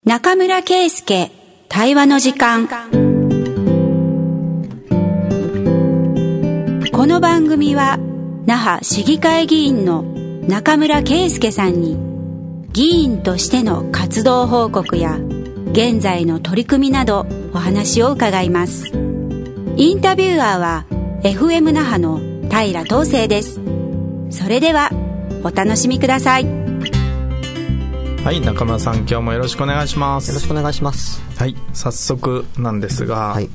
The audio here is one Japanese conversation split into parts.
中村圭介対話の時間。この番組は那覇市議会議員の中村圭介さんに議員としての活動報告や現在の取り組みなどお話を伺います。インタビュアーは FM 那覇の平東成です。それではお楽しみください。 はい、中村さん、今日もよろしくお願いします。 よろしくお願いします。 はい、早速なんですが、 はい、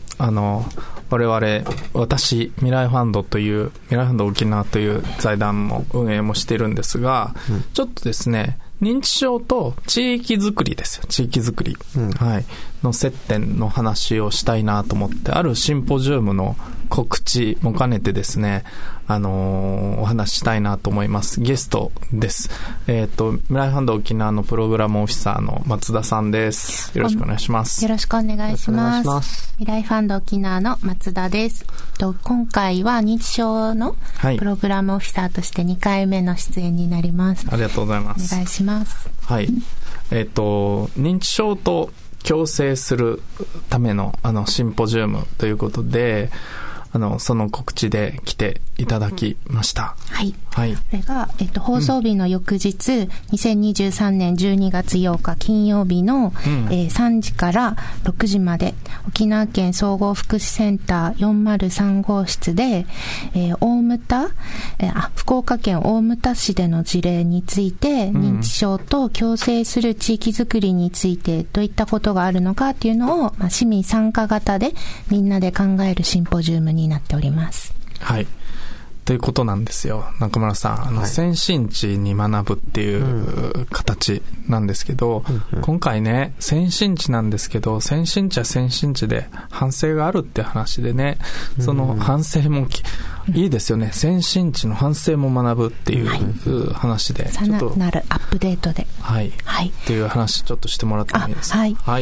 私未来ファンドという未来ファンド沖縄という財団も運営もしてるんですが、ちょっとですね、認知症と地域づくりですよ。地域づくり、はい、の接点の話をしたいなと思って、あるシンポジウムの告知も兼ねてですね、お話ししたいなと思います。ゲストです。未来ファンド沖縄のプログラムオフィサーの松田さんです。よろしくお願いします。 よろしくお願いします。未来ファンド沖縄の松田です。今回は認知症のプログラムオフィサーとして2回目の出演になります。 ありがとうございます。 お願いします。 はい。認知症と共生するためのシンポジウムということで、その告知で来ていただきました。 はい。はい。これが、放送日の翌日、2023年12月8日金曜日の、3時から6時まで、沖縄県総合福祉センター403号室で、福岡県大牟田市での事例について、認知症と共生する地域づくりについてどういったことがあるのかっていうのを、市民参加型でみんなで考えるシンポジウムになっております。 はい。ということなんですよ。中村さん、先進地に学ぶっていう形なんですけど、今回ね、先進地なんですけど、先進地は先進地で反省があるって話でね、その反省もいいですよね。先進地の反省も学ぶっていう話で、 さらなるアップデートで、 はい、っていう話ちょっとしてもらってもいいですか。 はい。はい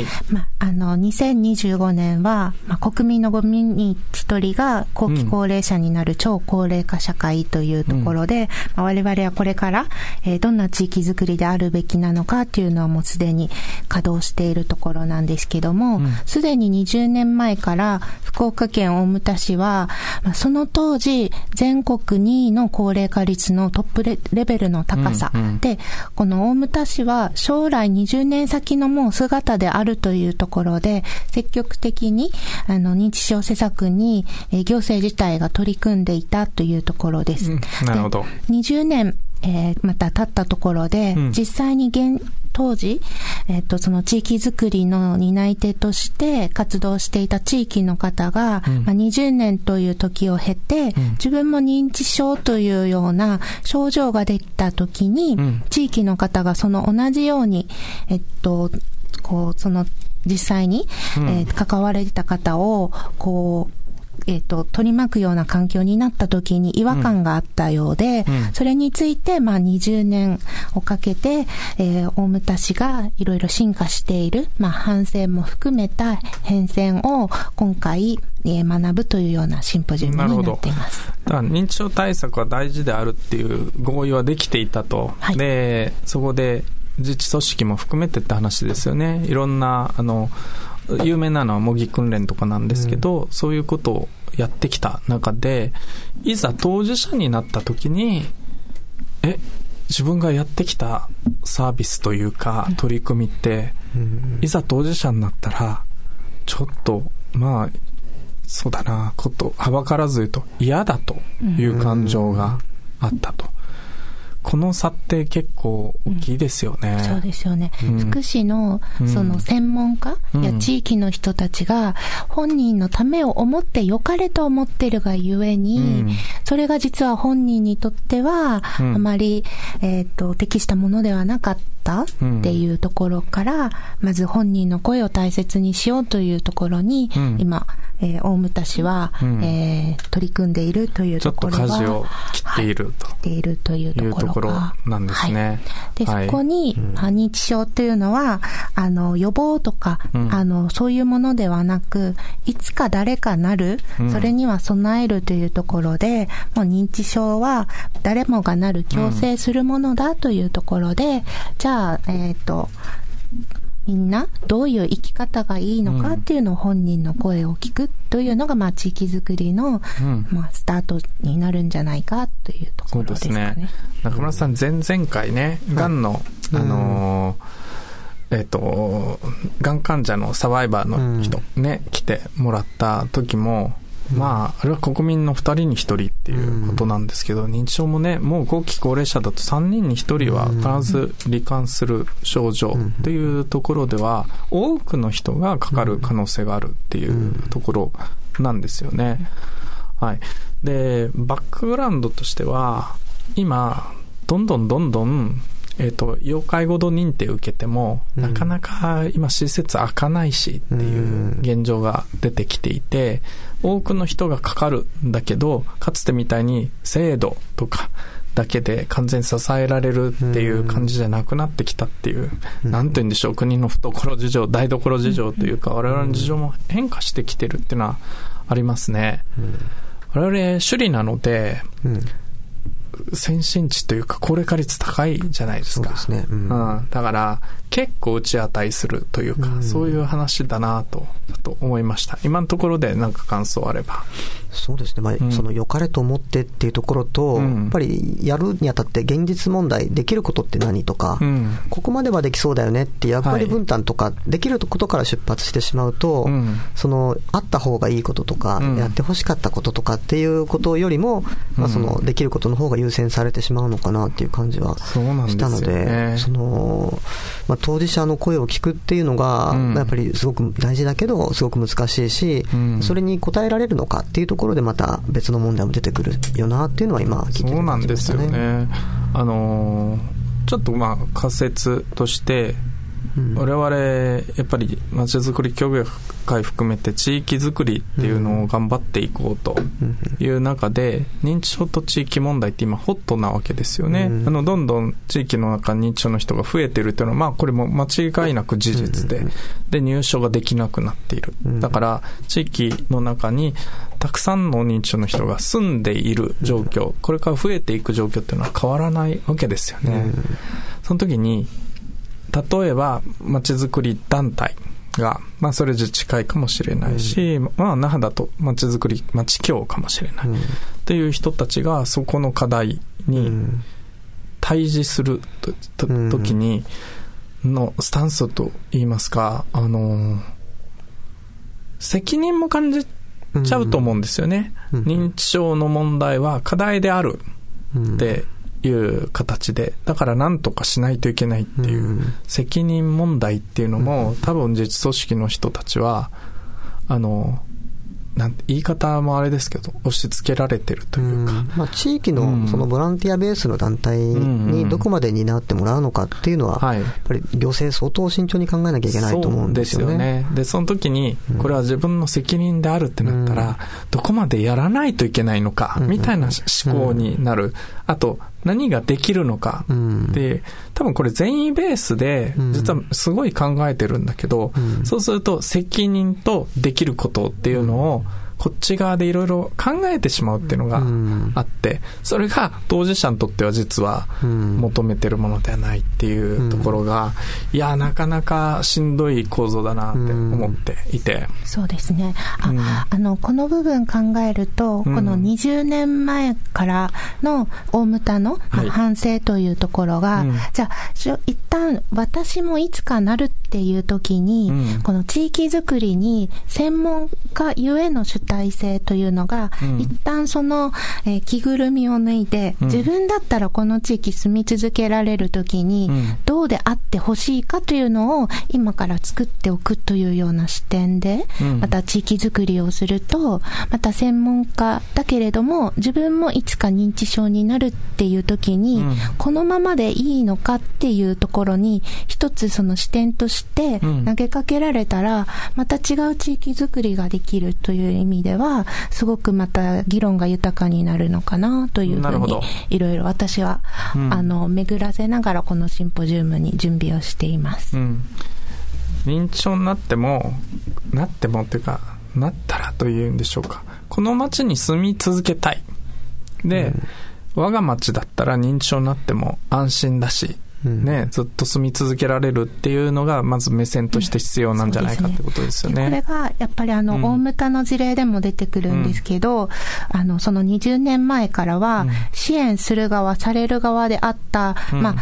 。2025年は、国民の5人に1人が後期高齢者になる超高齢化社会というところで、我々はこれから、どんな地域づくりであるべきなのかっていうのはもうすでに稼働しているところなんですけども、すでに20年前から福岡県大牟田市は、その当時全国2位の高齢化率のトップレベルの高さ、で、この大牟田市は将来20年先のもう姿であるというところで、積極的に認知症施策に行政自体が取り組んでいたというところです。 なるほど。 20年また経ったところで、実際に当時、その地域づくりの担い手として活動していた地域の方が、20年という時を経て、自分も認知症というような症状ができた時に、地域の方がその同じように、その実際に、関われた方を、取り巻くような環境になった時に違和感があったようで、それについて、20年をかけて、大牟田市がいろいろ進化している、反省も含めた変遷を今回、学ぶというようなシンポジウムになっています。 だから認知症対策は大事であるっていう合意はできていたと。はい、で、そこで自治組織も含めてって話ですよね。いろんな、有名なのは模擬訓練とかなんですけど、そういうことをやってきた中で、いざ当事者になった時に、自分がやってきたサービスというか取り組みって、いざ当事者になったらちょっとそうだな、はばからず言うと嫌だという感情があったと。この差って結構大きいですよね。 そうですよね。福祉のその専門家や地域の人たちが本人のためを思って良かれと思っているがゆえに、それが実は本人にとってはあまり、適したものではなかったっていうところから、まず本人の声を大切にしようというところに、今、大牟田市は、取り組んでいるというところは、 ちょっと舵を切っているというところなんですね。 で、そこに、認知症というのは、予防とか、そういうものではなく、いつか誰かなる、それには備えるというところで、もう認知症は誰もがなる、共生するものだというところで、じゃあ、 みんなどういう生き方がいいのかっていうのを本人の声を聞くというのが、地域づくりの、スタートになるんじゃないかというところですかね。 そうですね。中村さん、前々回ね、がんの、がん患者のサバイバーの人ね、来てもらった時も、あれは国民の2人に1人っていうことなんですけど、認知症もね、もう後期高齢者だと3人に1人は必ず罹患する症状というところでは、多くの人がかかる可能性があるっていうところなんですよね。はい。で、バックグラウンドとしては、今、どんどん、要介護度認定を受けても、なかなか今施設開かないしっていう現状が出てきていて、多くの人がかかるんだけど、かつてみたいに制度とかだけで完全に支えられるっていう感じじゃなくなってきたっていう、なんて言うんでしょう、国の懐事情、台所事情というか、我々の事情も変化してきてるっていうのはありますね。我々首里なので、先進地というか高齢化率高いじゃないですか。 そうですね。 だから結構打ち当たりするというか、そういう話だなと思いました。今のところで何か感想あれば。 そうですね。その良かれと思ってっていうところと、やっぱりやるにあたって現実問題、できることって何とか、ここまではできそうだよねって役割分担とか、できることから出発してしまうと、そのあった方がいいこととか、やってほしかったこととかっていうことよりも、そのできることの方が優先されてしまうのかなっていう感じはしたので、当事者の声を聞くっていうのが、やっぱりすごく大事だけどすごく難しいし、それに応えられるのかっていうところでまた別の問題も出てくるよなっていうのは今聞いてる感じでしたね。 そうなんですよね。ちょっと仮説として我々やっぱりまちづくり協議会含めて地域づくりっていうのを頑張っていこうという中で、認知症と地域問題って今ホットなわけですよね。どんどん地域の中に認知症の人が増えてるっていうのは、これも間違いなく事実で、入所ができなくなっている。だから地域の中にたくさんの認知症の人が住んでいる状況、これから増えていく状況っていうのは変わらないわけですよね。その時に例えばまちづくり団体が、それ自治会かもしれないし、那覇だとまちづくりまち協かもしれない、っていう人たちがそこの課題に対峙する時にのスタンスといいますか、責任も感じちゃうと思うんですよね。認知症の問題は課題であるっていう形で、だから何とかしないといけないっていう責任問題っていうのも、多分自治組織の人たちはなんて言い方もあれですけど押し付けられてるというか、 地域のそのボランティアベースの団体にどこまで担ってもらうのかっていうのは、やっぱり行政相当慎重に考えなきゃいけないと思うんですよね。そうですよね。でその時にこれは自分の責任であるってなったら、どこまでやらないといけないのかみたいな思考になる。あと何ができるのかで、多分これ善意ベースで実はすごい考えてるんだけど、そうすると責任とできることっていうのをこっち側でいろいろ考えてしまうっていうのがあって、それが当事者にとっては実は求めてるものではないっていうところが、いやなかなかしんどい構造だなって思っていて、 そうですね。この部分考えると、この20年前からの大牟田の反省というところが、じゃあ一旦私もいつかなるっていう時に、この地域づくりに専門家ゆえの主体性というのが、一旦その、着ぐるみを脱いで、自分だったらこの地域住み続けられる時に、どうであってほしいかというのを今から作っておくというような視点で、また地域づくりをすると、また専門家だけれども自分もいつか認知症になるっていう時に、このままでいいのかっていうところに一つその視点として投げかけられたら、また違う地域づくりができるという意味ではすごくまた議論が豊かになるのかなというふうに、いろいろ私は、巡らせながらこのシンポジウムに準備をしています。 認知症になってもっていうかなったらというんでしょうか、この町に住み続けたいで、我が町だったら認知症になっても安心だしね、ずっと住み続けられるっていうのがまず目線として必要なんじゃないかってことですよね。 これがやっぱり大牟田の事例でも出てくるんですけど、その20年前からは支援する側、される側であった、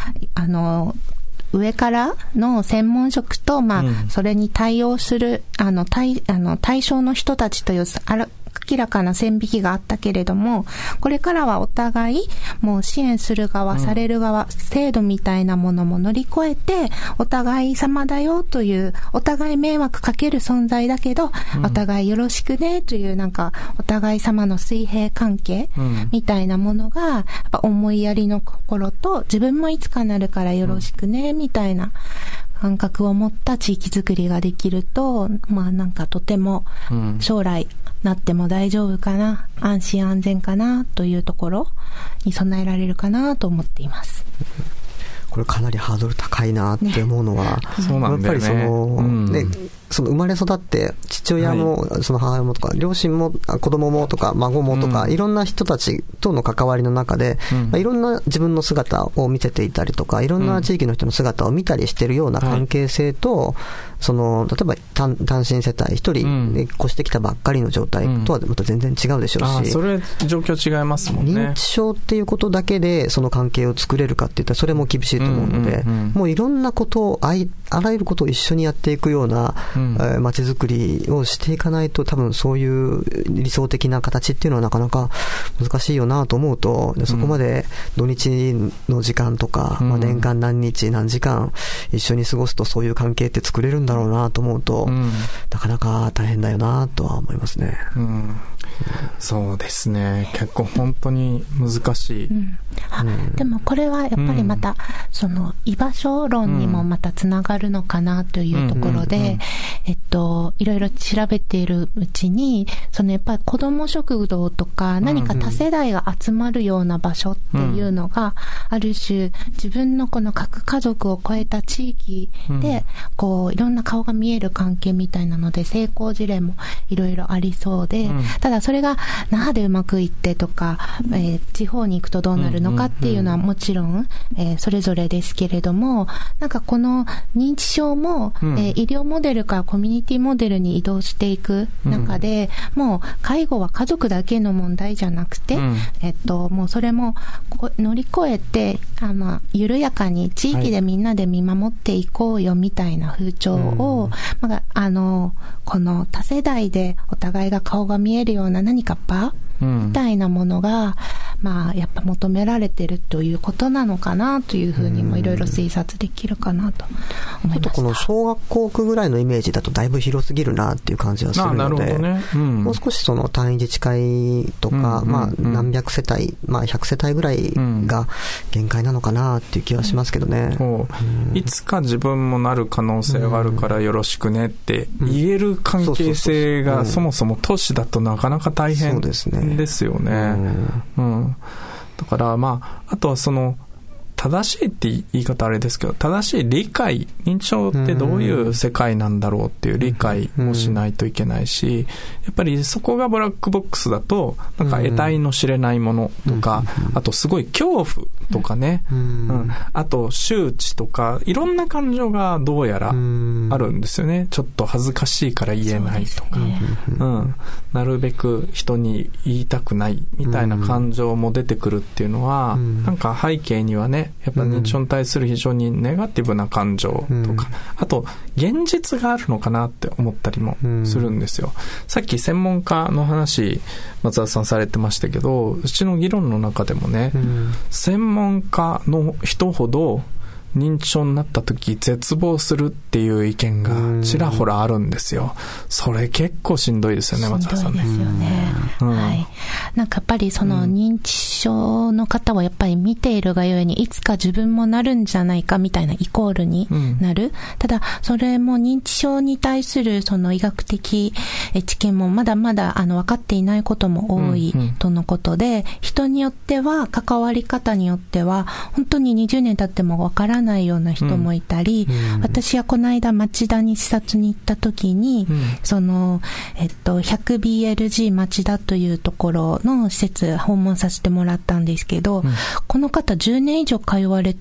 上からの専門職と、それに対応する、対象の人たちという、明らかな線引きがあったけれども、これからはお互い、もう支援する側、される側、制度みたいなものも乗り越えて、お互い様だよという、お互い迷惑かける存在だけど、お互いよろしくねという、お互い様の水平関係みたいなものが、やっぱ思いやりの心と、自分もいつかなるからよろしくね、みたいな感覚を持った地域づくりができると、とても将来なっても大丈夫かな、安心安全かなというところに備えられるかなと思っています。 これかなりハードル高いなって思うのは、 そうなんだよね。 その生まれ育って父親もその母親もとか両親も子供もとか孫もとかいろんな人たちとの関わりの中でいろんな自分の姿を見せていたりとかいろんな地域の人の姿を見たりしているような関係性と例えば単身世帯一人で越してきたばっかりの状態とはまた全然違うでしょうし、 それ状況違いますもんね。 認知症っていうことだけでその関係を作れるかって言ったらそれも厳しいと思うので、もういろんなことをあらゆることを一緒にやっていくような街づくりをしていかないと多分そういう理想的な形っていうのはなかなか難しいよなと思うと、そこまで土日の時間とか、年間何日何時間一緒に過ごすとそういう関係って作れるんだろうなと思うと、なかなか大変だよなとは思いますね。 そうですね。結構本当に難しい。 でもこれはやっぱりまた、その居場所論にもまたつながるのかなというところで、いろいろ調べているうちに、やっぱり子ども食堂とか何か多世代が集まるような場所っていうのが、ある種自分のこの核家族を超えた地域で、いろんな顔が見える関係みたいなので成功事例もいろいろありそうで、ただそれが那覇でうまくいってとか、地方に行くとどうなるのかっていうのはもちろん、それぞれですけれども、この認知症も、医療モデルからコミュニティモデルに移動していく中で、もう介護は家族だけの問題じゃなくて、もうそれも乗り越えて緩やかに地域でみんなで見守っていこうよみたいな風潮を、この多世代でお互いが顔が見えるような何か場みたいなものが、やっぱ求められてるということなのかなというふうにもいろいろ推察できるかなと思いました。 この小学校区ぐらいのイメージだとだいぶ広すぎるなっていう感じはするので、もう少しその単位自治会とか、何百世帯、100世帯ぐらいが限界なのかなっていう気はしますけどね。 いつか自分もなる可能性があるからよろしくねって言える関係性がそもそも都市だとなかなか大変ですよね。だからあとは正しいって言い方あれですけど、正しい理解、認知症ってどういう世界なんだろうっていう理解もしないといけないし、やっぱりそこがブラックボックスだと、得体の知れないものとか、あとすごい恐怖とかね、あと周知とか、いろんな感情がどうやらあるんですよね。ちょっと恥ずかしいから言えないとか、なるべく人に言いたくないみたいな感情も出てくるっていうのは、背景にはね、やっぱ認知症に対する非常にネガティブな感情とか、あと現実があるのかなって思ったりもするんですよ。さっき専門家の話松田さんされてましたけど、うちの議論の中でもね、専門家の人ほど認知症になった時絶望するっていう意見がちらほらあるんですよ。それ結構しんどいですよね、松田さんね。 しんどいですよね。やっぱりその認知症の方はやっぱり見ているがゆえにいつか自分もなるんじゃないかみたいなイコールになる。ただそれも認知症に対するその医学的知見もまだまだ分かっていないことも多いとのことで、人によっては関わり方によっては本当に20年経ってもわからないような人もいたり、私はこの間町田に視察に行った時に、100BLG 町田というところの施設訪問させてもらったんですけど、この方10年以上通われてるって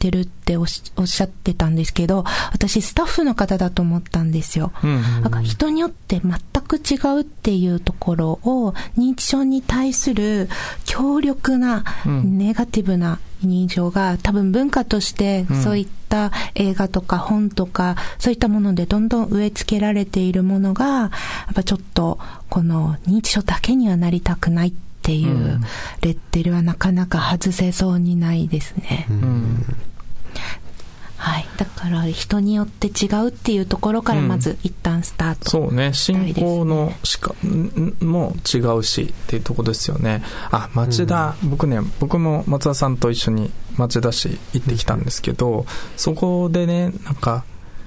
っておっしゃってたんですけど、私スタッフの方だと思ったんですよ。だから人によって全く違うっていうところを、認知症に対する強力なネガティブな印象が多分文化としてそういった映画とか本とかそういったものでどんどん植え付けられているものが、やっぱちょっとこの認知症だけにはなりたくないっていうレッテルはなかなか外せそうにないですね。はい。だから人によって違うっていうところからまず一旦スタート、 そうね。信仰のも違うしっていうところですよね。町田、僕も松田さんと一緒に町田市行ってきたんですけど、そこでね、なんか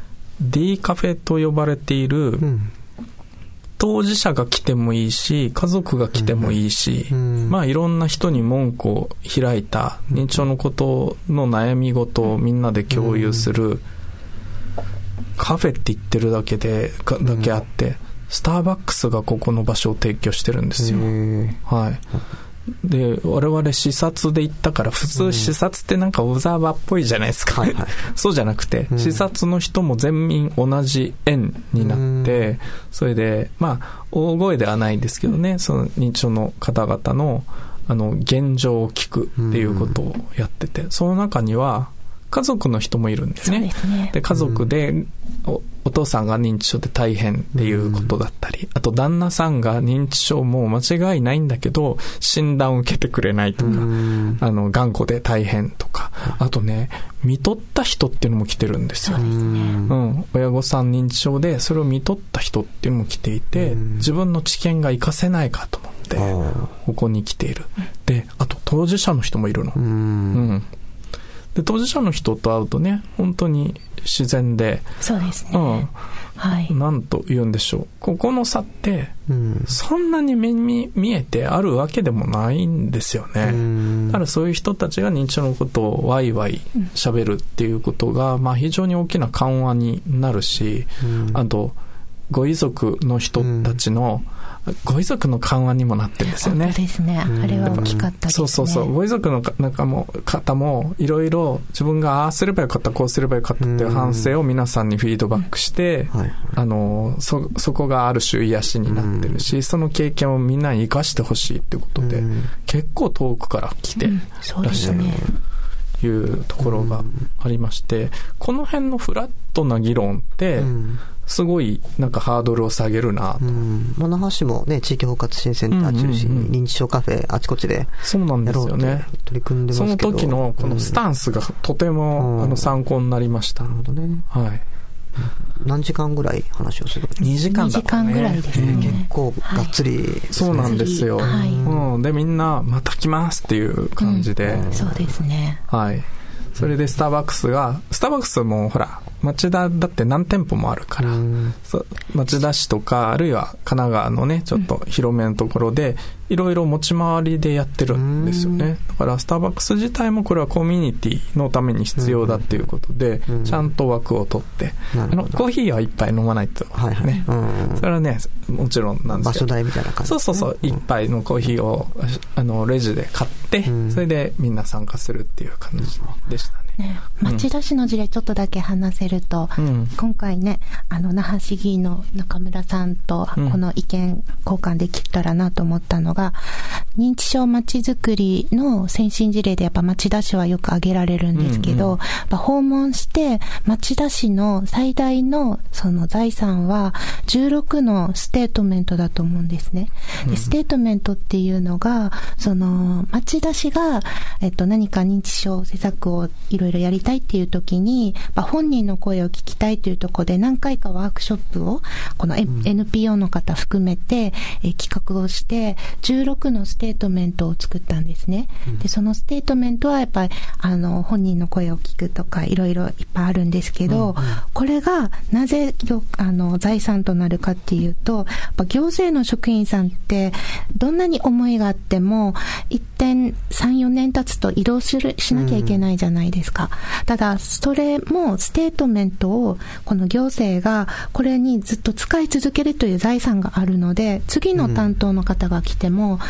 D カフェと呼ばれている、当事者が来てもいいし、家族が来てもいいし、まあいろんな人に門戸を開いた認知症のことの悩み事をみんなで共有するカフェって言ってるだけあって、スターバックスがここの場所を提供してるんですよ。はい。で、我々視察で行ったから、普通視察ってなんか小沢っぽいじゃないですか。そうじゃなくて、視察の人も全員同じ園になって、それで、まあ、大声ではないですけどね、その認知症の方々の、現状を聞くっていうことをやってて、その中には、家族の人もいるんですね。で、家族でお父さんが認知症で大変っていうことだったり、あと旦那さんが認知症も間違いないんだけど診断を受けてくれないとか、頑固で大変とか、あとね、見とった人っていうのも来てるんですよ。親御さん認知症でそれを見とった人っていうのも来ていて、自分の知見が活かせないかと思ってここに来ている。で、あと当事者の人もいるの。で、当事者の人と会うとね、本当に自然で、 そうですね。はい。 なんと言うんでしょう。ここの差って、そんなに目に見えてあるわけでもないんですよね。だからそういう人たちが認知症のことをワイワイ喋るっていうことが、まあ非常に大きな緩和になるし、あと、ご遺族の人たちの、ご遺族の緩和にもなってるんですよね。 そうですね。あれは大きかったですね。 そうご遺族の方もいろいろ自分がああすればよかった、こうすればよかったっていう反省を皆さんにフィードバックして、そこがある種癒しになってるし、その経験をみんなに生かしてほしいっていうことで、結構遠くから来てらっしゃるというところがありまして、この辺のフラットな議論って、すごいなんかハードルを下げるなと。 那覇市もね、地域包括支援センター中心に認知症カフェあちこちでそうなんですよね。 取り組んでますけど、 その時のこのスタンスがとても参考になりました。 なるほどね。はい。何時間ぐらい話をする ？2時間だったね。 2時間ぐらいですね。 結構がっつり。 そうなんですよ。で、みんなまた来ますっていう感じで。 そうですね。 はい。それでスターバックスもほら、町田だって何店舗もあるから、町田市とか、あるいは神奈川のね、ちょっと広めのところで、いろいろ持ち回りでやってるんですよね。だからスターバックス自体もこれはコミュニティのために必要だっていうことで、ちゃんと枠を取って、コーヒーは一杯飲まないとね。それはね、もちろんなんですけど。 場所代みたいな感じ。 そう、一杯のコーヒーを、レジで買って、それでみんな参加するっていう感じでしたね。 町田市の事例ちょっとだけ話せると、今回ね、那覇市議の中村さんとこの意見交換できたらなと思ったのが、認知症まちづくりの先進事例でやっぱ町田市はよく挙げられるんですけど、やっぱ訪問して町田市の最大のその財産は16のステートメントだと思うんですね。でステートメントっていうのが、その町田市が何か認知症施策をいろいろやりたいっていう時に、本人の声を聞きたいというところで何回かワークショップをこの NPO の方含めて企画をして16のステートメントを作ったんですね。でそのステートメントはやっぱり本人の声を聞くとかいろいろいっぱいあるんですけど、これがなぜ財産となるかっていうと、やっぱ行政の職員さんってどんなに思いがあっても一点 3,4 年経つと移動しなきゃいけないじゃないですか。ただそれもステートメントをこの行政がこれにずっと使い続けるという財産があるので、次の担当の方が来ても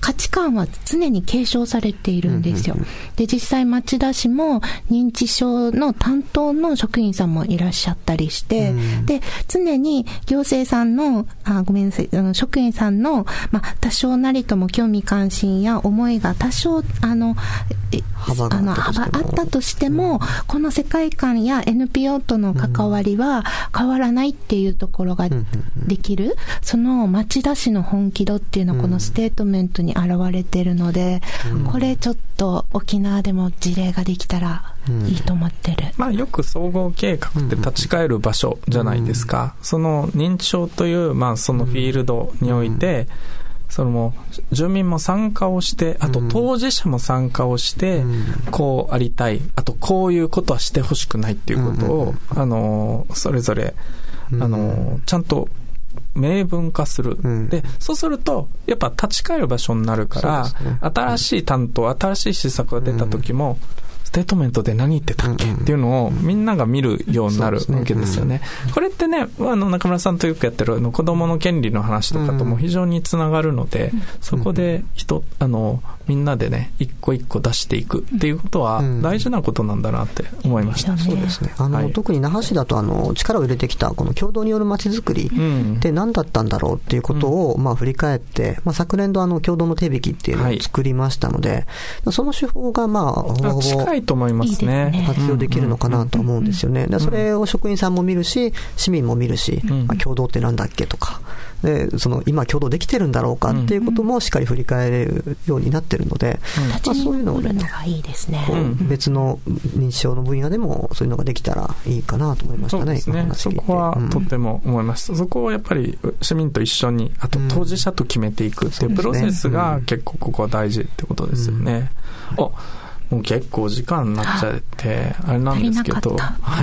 価値観は常に継承されているんですよ。で、実際町田市も認知症の担当の職員さんもいらっしゃったりして、で、常に行政さんの、ごめんなさい、職員さんの、多少なりとも興味関心や思いが多少、幅あったとしても、この世界観や NPO との関わりは変わらないっていうところができる、その町田市の本気度っていうのはこのステートメントに現れているので、これちょっと沖縄でも事例ができたらいいと思ってる。 よく総合計画って立ち返る場所じゃないですか。その認知症という、そのフィールドにおいて、その住民も参加をして、あと当事者も参加をして、こうありたい、あとこういうことはしてほしくないっていうことを、それぞれ、ちゃんと明文化する。で、そうすると、やっぱ立ち返る場所になるから、新しい担当、新しい施策が出た時も、ステートメントで何言ってたっけっていうのをみんなが見るようになるわけですよね。これってね、中村さんとよくやってる子供の権利の話とかとも非常につながるので、そこでみんなでね、一個一個出していくっていうことは大事なことなんだなって思いました。 そうですね。特に那覇市だと力を入れてきたこの共同によるまちづくりって何だったんだろうっていうことを振り返って、昨年度共同の手引きっていうのを作りましたので、その手法がほぼ近いと思いますね。 活用できるのかなと思うんですよね。それを職員さんも見るし、市民も見るし、共同ってなんだっけとか、で今共同できてるんだろうかっていうこともしっかり振り返れるようになってるので、そういうのをね、別の認知症の分野でもそういうのができたらいいかなと思いましたね。 そうですね。そこはとても思います。そこをやっぱり市民と一緒に、あと当事者と決めていくっていうプロセスが結構ここは大事ってことですよね。もう結構時間になっちゃって、あれなんですけど、はい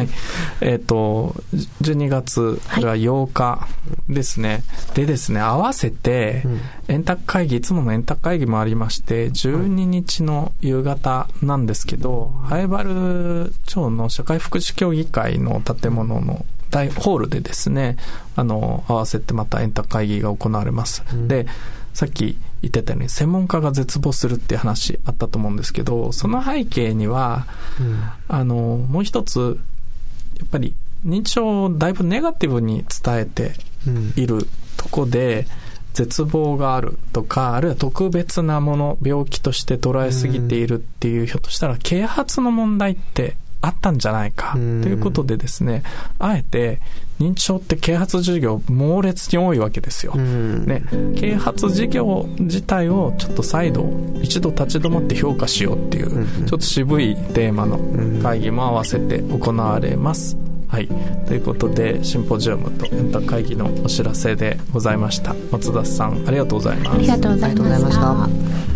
。12月が8日ですね。でですね、合わせて、円卓会議、いつもの円卓会議もありまして、12日の夕方なんですけど、南風原町の社会福祉協議会の建物の大ホールでですね、合わせてまた円卓会議が行われます。で、さっき言ってたように専門家が絶望するっていう話あったと思うんですけど、その背景には、もう一つやっぱり認知症をだいぶネガティブに伝えているとこで、絶望があるとか、あるいは特別なもの、病気として捉えすぎているっていう、ひょっとしたら啓発の問題ってあったんじゃないかということでですね、あえて認知症って啓発事業猛烈に多いわけですよ、ね、啓発事業自体をちょっと再度一度立ち止まって評価しようっていう、ちょっと渋いテーマの会議も合わせて行われます。はい、ということでシンポジウムと円卓会議のお知らせでございました。松田さん、ありがとうございます。 ありがとうございました。